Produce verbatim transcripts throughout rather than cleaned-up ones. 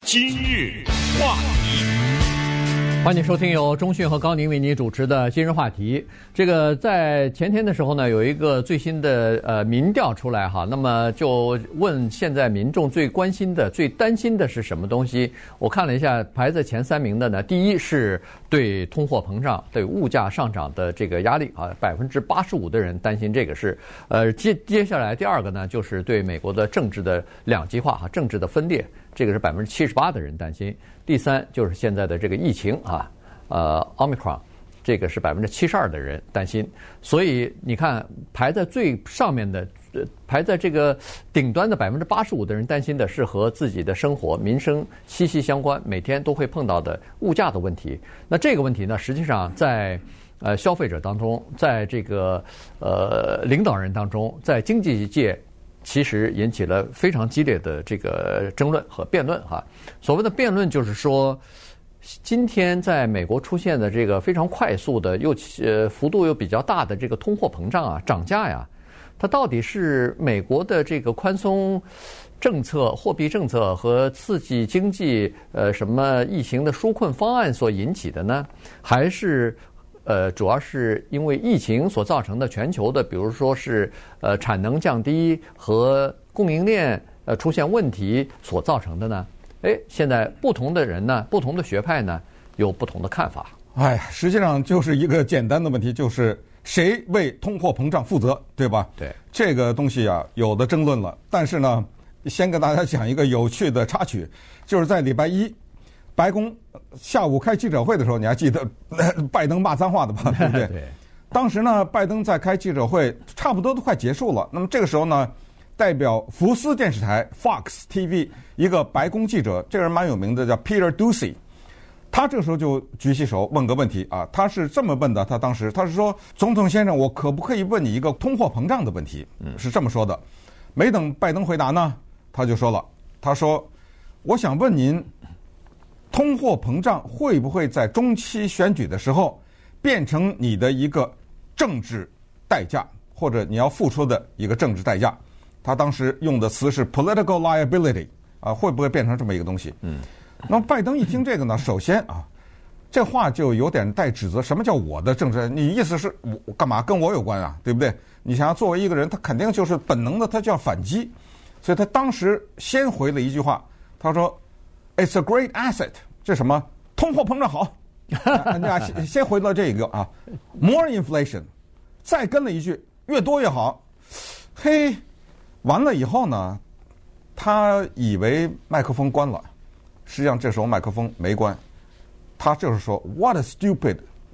今日话题， 欢迎收听由钟迅和高宁为你主持的今日话题。这个在前天的时候呢，有一个最新的呃民调出来哈，那么就问现在民众最关心的、最担心的是什么东西？我看了一下，排在前三名的呢，第一是对通货膨胀、对物价上涨的这个压力啊，百分之八十五的人担心这个是。呃，接接下来第二个呢，就是对美国的政治的两极化哈，政治的分裂。这个是百分之七十八的人担心。第三就是现在的这个疫情啊，呃，Omicron， 这个是百分之七十二的人担心。所以你看，排在最上面的，呃，排在这个顶端的百分之八十五的人担心的是和自己的生活民生息息相关，每天都会碰到的物价的问题。那这个问题呢，实际上在呃消费者当中，在这个呃领导人当中，在经济界。其实引起了非常激烈的这个争论和辩论哈。所谓的辩论就是说，今天在美国出现的这个非常快速的又呃幅度又比较大的这个通货膨胀啊、涨价呀，它到底是美国的这个宽松政策、货币政策和刺激经济呃什么疫情的纾困方案所引起的呢？还是？呃，主要是因为疫情所造成的全球的，比如说是呃产能降低和供应链呃出现问题所造成的呢？哎，现在不同的人呢，不同的学派呢，有不同的看法。 哎，实际上就是一个简单的问题，就是谁为通货膨胀负责，对吧？ 对， 这个东西啊，有的争论了。但是呢，先跟大家讲一个有趣的插曲，就是在礼拜一。白宫下午开记者会的时候，你还记得拜登骂脏话的吧？对不对？ 对。 当时呢，拜登在开记者会，差不多都快结束了。那么这个时候呢，代表福斯电视台 Fox T V 一个白宫记者，这个人蛮有名的，叫 Peter Doocy。他这个时候就举起手问个问题啊，他是这么问的：他当时他是说，总统先生，我可不可以问你一个通货膨胀的问题？嗯，是这么说的。没等拜登回答呢，他就说了，他说，我想问您。通货膨胀会不会在中期选举的时候变成你的一个政治代价，或者你要付出的一个政治代价？他当时用的词是 political liability 啊，会不会变成这么一个东西？嗯，那么拜登一听这个呢，首先啊，这话就有点带指责。什么叫我的政治？你意思是我干嘛跟我有关啊？对不对？你想要作为一个人，他肯定就是本能的，他就要反击。所以他当时先回了一句话，他说。It's a great asset， 这什么？通货膨胀好，啊、先先回到这一个啊 ，more inflation， 再跟了一句越多越好。嘿，完了以后呢，他以为麦克风关了，实际上这时候麦克风没关，他就是说 What a stupid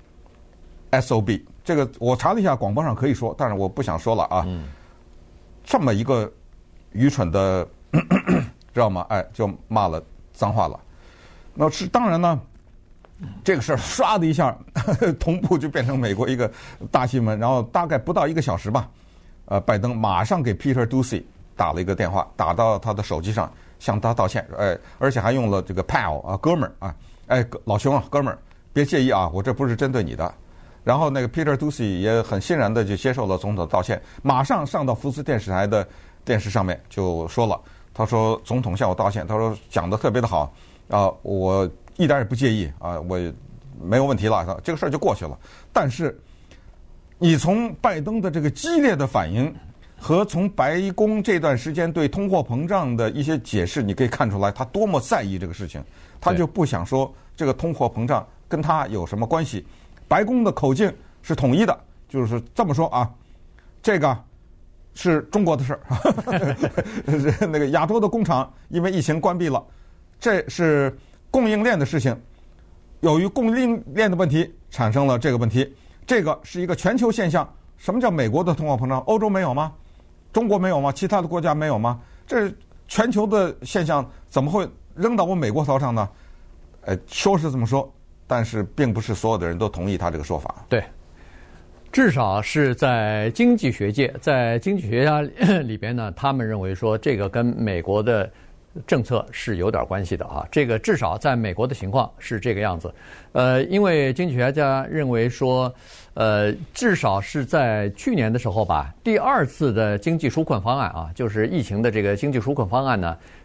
S O B。这个我查了一下，广播上可以说，但是我不想说了啊。嗯、这么一个愚蠢的，咳咳知道吗？哎，就骂了。脏话了，那是当然呢，这个事儿唰的一下，呵呵同步就变成美国一个大新闻。然后大概不到一个小时吧，呃，拜登马上给 Peter Doocy 打了一个电话，打到他的手机上向他道歉，哎，而且还用了这个 pal 啊，哥们儿啊，哎，老兄啊，哥们儿，别介意啊，我这不是针对你的。然后那个 Peter Doocy 也很欣然的就接受了总统的道歉，马上上到福斯电视台的电视上面就说了。他说：“总统向我道歉。”他说：“讲得特别的好，啊，我一点也不介意啊，我没有问题了，这个事儿就过去了。”但是，你从拜登的这个激烈的反应和从白宫这段时间对通货膨胀的一些解释，你可以看出来他多么在意这个事情。他就不想说这个通货膨胀跟他有什么关系。白宫的口径是统一的，就是这么说啊，这个。是中国的事儿，那个亚洲的工厂因为疫情关闭了，这是供应链的事情。由于供应链的问题产生了这个问题，这个是一个全球现象。什么叫美国的通货膨胀？欧洲没有吗？中国没有吗？其他的国家没有吗？这全球的现象怎么会扔到我美国头上呢？呃，说是这么说，但是并不是所有的人都同意他这个说法。 对。至少是在经济学界，在经济学家里边呢，他们认为说这个跟美国的政策是有点关系的啊。这个至少在美国的情况是这个样子。呃，因为经济学家认为说，呃，至少是在去年的时候吧，第二次的经济纾困方案啊，就是疫情的这个经济纾困方案呢，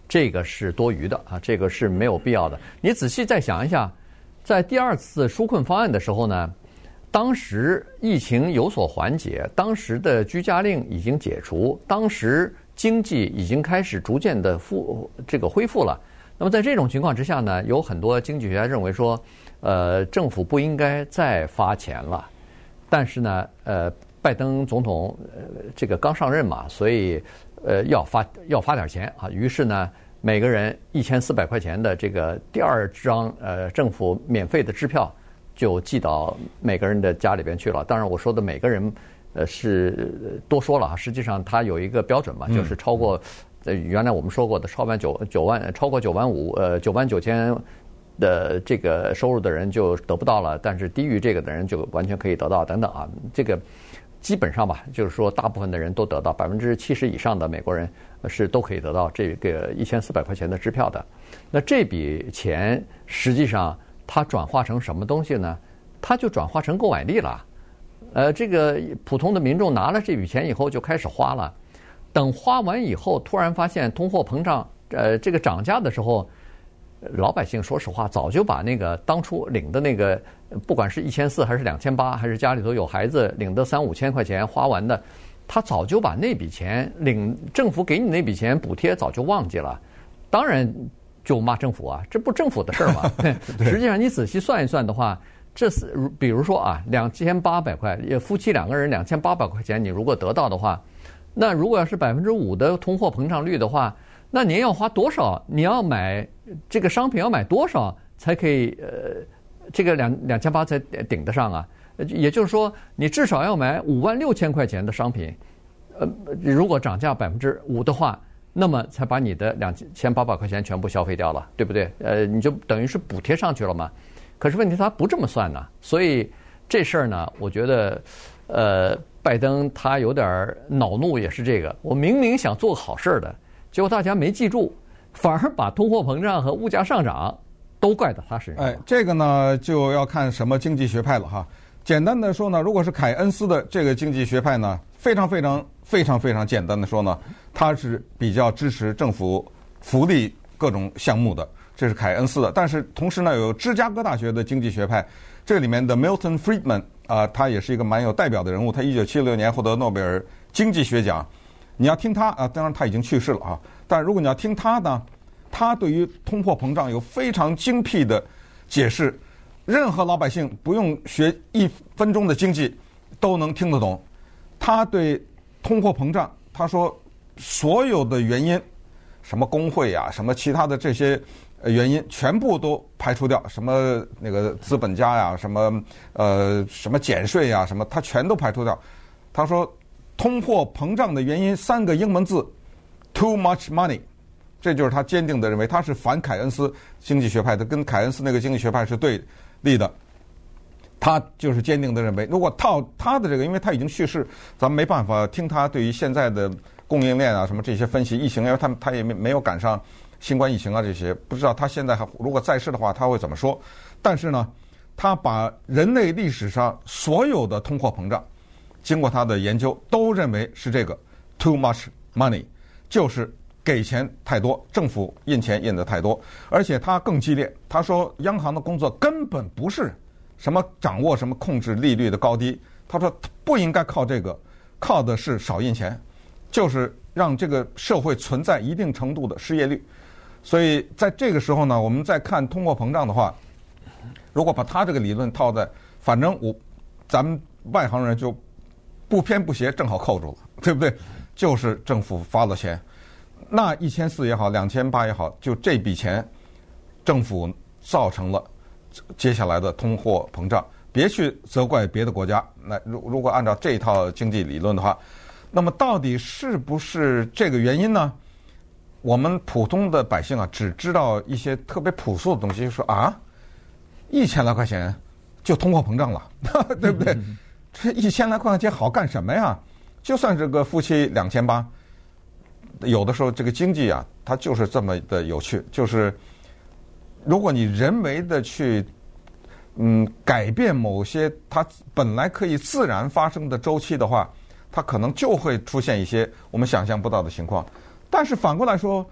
这个是多余的啊，这个是没有必要的。你仔细再想一下，在第二次纾困方案的时候呢，当时疫情有所缓解，当时的居家令已经解除，当时经济已经开始逐渐的复这个恢复了。那么在这种情况之下呢，有很多经济学家认为说，呃，政府不应该再发钱了。但是呢，呃，拜登总统呃这个刚上任嘛，所以呃要发要发点钱啊。于是呢，每个人一千四百块钱的这个第二张呃政府免费的支票就寄到每个人的家里边去了。当然，我说的每个人呃是多说了啊，实际上它有一个标准嘛，就是超过。呃，原来我们说过的，超万九九万，超过九万五，呃，九万九千的这个收入的人就得不到了，但是低于这个的人就完全可以得到，等等啊，这个基本上吧，就是说大部分的人都得到，百分之七十以上的美国人是都可以得到这个一千四百块钱的支票的。那这笔钱实际上它转化成什么东西呢？它就转化成购买力了。呃，这个普通的民众拿了这笔钱以后就开始花了。等花完以后，突然发现通货膨胀，呃，这个涨价的时候，老百姓说实话早就把那个当初领的那个，不管是一千四还是两千八，还是家里头有孩子领的三五千块钱花完的，他早就把那笔钱领政府给你那笔钱补贴早就忘记了。当然就骂政府啊，这不政府的事儿吗？实际上你仔细算一算的话，这是比如说啊，两千八百块，夫妻两个人两千八百块钱，你如果得到的话。那如果要是百分之五的通货膨胀率的话，那您要花多少？你要买这个商品要买多少才可以？呃，这个两两千八才顶得上啊？也就是说，你至少要买五万六千块钱的商品，呃，如果涨价百分之五的话，那么才把你的两千八百块钱全部消费掉了，对不对？呃，你就等于是补贴上去了嘛。可是问题他不这么算呢，所以这事儿呢，我觉得，呃。拜登他有点恼怒，也是这个。我明明想做好事的，结果大家没记住，反而把通货膨胀和物价上涨都怪到他身上。 哎，这个呢就要看什么经济学派了哈。简单的说呢，如果是凯恩斯的这个经济学派呢，非常非常非常非常简单的说呢，他是比较支持政府福利各种项目的，这是凯恩斯的。但是同时呢，有芝加哥大学的经济学派，这里面的 Milton Friedman。啊、呃，他也是一个蛮有代表的人物。他一九七六年获得诺贝尔经济学奖。你要听他啊，当然他已经去世了啊。但如果你要听他呢，他对于通货膨胀有非常精辟的解释，任何老百姓不用学一分钟的经济都能听得懂。他对通货膨胀，他说所有的原因，什么工会啊，什么其他的这些。呃，原因全部都排除掉，什么那个资本家呀，什么呃什么减税呀，什么他全都排除掉。他说，通货膨胀的原因三个英文字 ，too much money， 这就是他坚定的认为，他是反凯恩斯经济学派的，跟凯恩斯那个经济学派是对立的。他就是坚定的认为，如果套他的这个，因为他已经去世，咱们没办法听他对于现在的供应链啊什么这些分析，疫情，因为他他也没没有赶上。新冠疫情啊，这些不知道他现在还如果在世的话，他会怎么说？但是呢，他把人类历史上所有的通货膨胀，经过他的研究，都认为是这个 too much money， 就是给钱太多，政府印钱印的太多，而且他更激烈。他说，央行的工作根本不是什么掌握什么控制利率的高低，他说不应该靠这个，靠的是少印钱，就是让这个社会存在一定程度的失业率。所以在这个时候呢，我们再看通货膨胀的话，如果把他这个理论套在，反正我咱们外行人就不偏不斜，正好扣住了，对不对？就是政府发了钱，那一千四也好，两千八也好，就这笔钱，政府造成了接下来的通货膨胀。别去责怪别的国家。那如如果按照这一套经济理论的话，那么到底是不是这个原因呢？我们普通的百姓啊，只知道一些特别朴素的东西，说啊，一千来块钱就通货膨胀了，对不对？这一千来块钱好干什么呀？就算是个夫妻两千八，有的时候这个经济啊，它就是这么的有趣，就是如果你人为的去嗯改变某些它本来可以自然发生的周期的话，它可能就会出现一些我们想象不到的情况。但是反过来说，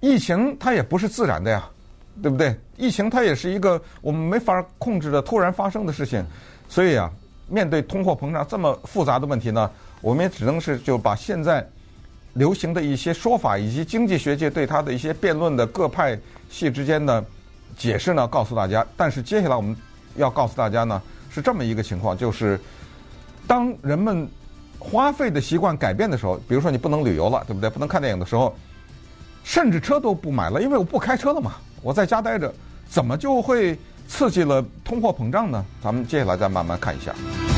疫情它也不是自然的呀，对不对？疫情它也是一个我们没法控制的突然发生的事情，所以啊，面对通货膨胀这么复杂的问题呢，我们也只能是就把现在流行的一些说法以及经济学界对它的一些辩论的各派系之间的解释呢告诉大家。但是接下来我们要告诉大家呢是这么一个情况，就是当人们花费的习惯改变的时候，比如说你不能旅游了，对不对？不能看电影的时候，甚至车都不买了，因为我不开车了嘛，我在家待着，怎么就会刺激了通货膨胀呢？咱们接下来再慢慢看一下。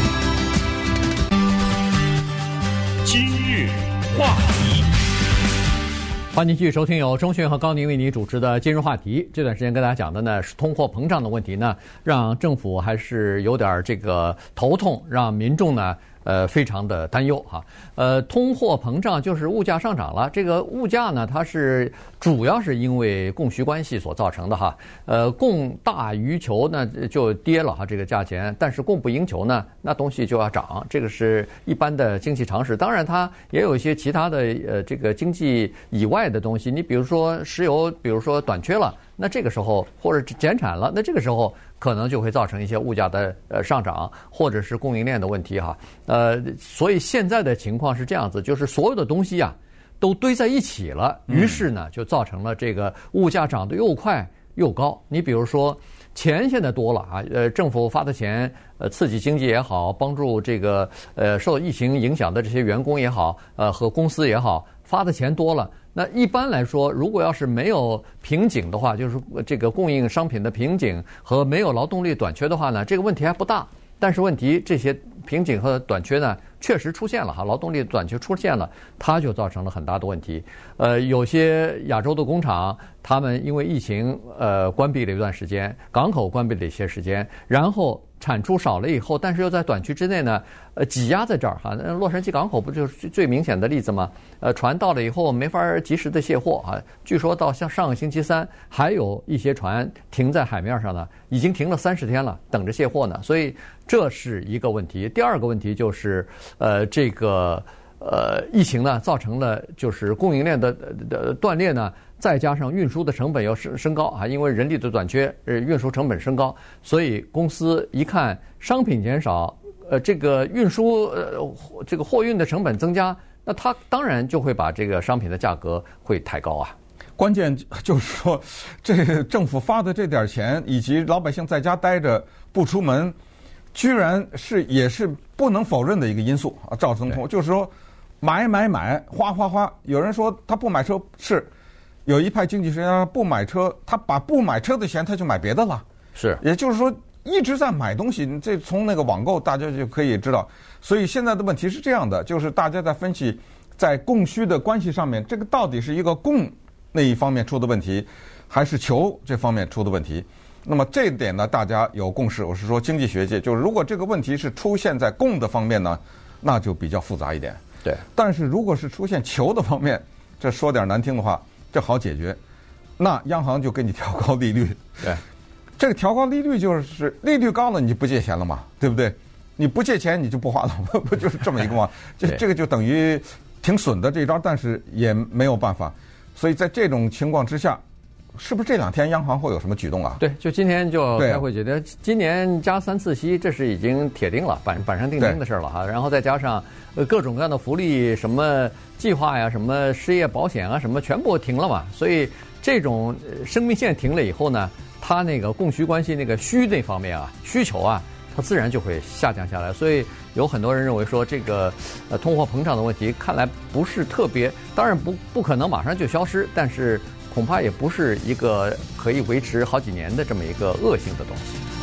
今日话题， 欢迎继续收听由钟迅和高宁为你主持的今日话题。这段时间跟大家讲的呢是通货膨胀的问题呢，让政府还是有点这个头痛，让民众呢呃非常的担忧哈。呃，通货膨胀就是物价上涨了，这个物价呢它是主要是因为供需关系所造成的哈。呃，供大于求呢就跌了哈这个价钱，但是供不应求呢，那东西就要涨，这个是一般的经济常识。当然它也有一些其他的呃这个经济以外的东西，你比如说石油，比如说短缺了，那这个时候或者减产了，那这个时候可能就会造成一些物价的呃上涨，或者是供应链的问题哈。呃，所以现在的情况是这样子，就是所有的东西啊都堆在一起了，于是呢就造成了这个物价涨得又快又高。你比如说钱现在多了啊，呃，政府发的钱，呃，刺激经济也好，帮助这个呃受疫情影响的这些员工也好，呃和公司也好，发的钱多了。那一般来说，如果要是没有瓶颈的话，就是这个供应商品的瓶颈和没有劳动力短缺的话呢，这个问题还不大。但是问题，这些瓶颈和短缺呢，确实出现了哈，劳动力短缺出现了，它就造成了很大的问题。呃，有些亚洲的工厂，他们因为疫情呃关闭了一段时间，港口关闭了一些时间，然后产出少了以后，但是又在短期之内呢，呃，挤压在这儿哈。那洛杉矶港口不就是最明显的例子吗？呃，船到了以后没法及时的卸货啊。据说到像上个星期三，还有一些船停在海面上呢，已经停了三十天了，等着卸货呢。所以这是一个问题。第二个问题就是，呃，这个呃疫情呢，造成了就是供应链的的断裂呢。再加上运输的成本要升升高啊，因为人力的短缺，呃，运输成本升高，所以公司一看商品减少，呃，这个运输呃这个货运的成本增加，那它当然就会把这个商品的价格会抬高啊。 关键就是说，这政府发的这点钱，以及老百姓在家待着不出门，居然是也是不能否认的一个因素啊，造成通，就是说买买买，花花花。有人说他不买车是。有一派经济学家不买车，他把不买车的钱他就买别的了。 是， 也就是说一直在买东西。这从那个网购大家就可以知道。所以现在的问题是这样的，就是大家在分析在供需的关系上面，这个到底是一个供那一方面出的问题，还是求这方面出的问题？那么这一点呢，大家有共识。我是说经济学界，就是如果这个问题是出现在供的方面呢，那就比较复杂一点。 对。 但是如果是出现求的方面，这说点难听的话。这好解决，那央行就给你调高利率。 对， 这个调高利率就是利率高了，你就不借钱了嘛，对不对？你不借钱，你就不花了，不就是这么一个吗？这这个就等于挺损的这一招，但是也没有办法。所以在这种情况之下，是不是这两天央行会有什么举动啊？ 对，就今天就开会决定，今年加三次息，这是已经铁定了，板板上钉钉的事了哈。然后再加上呃各种各样的福利什么计划呀，什么失业保险啊，什么全部停了嘛。所以这种生命线停了以后呢，它那个供需关系那个需那方面啊，需求啊，它自然就会下降下来。所以有很多人认为说，这个呃通货膨胀的问题看来不是特别，当然不不可能马上就消失，但是恐怕也不是一个可以维持好几年的这么一个恶性的东西。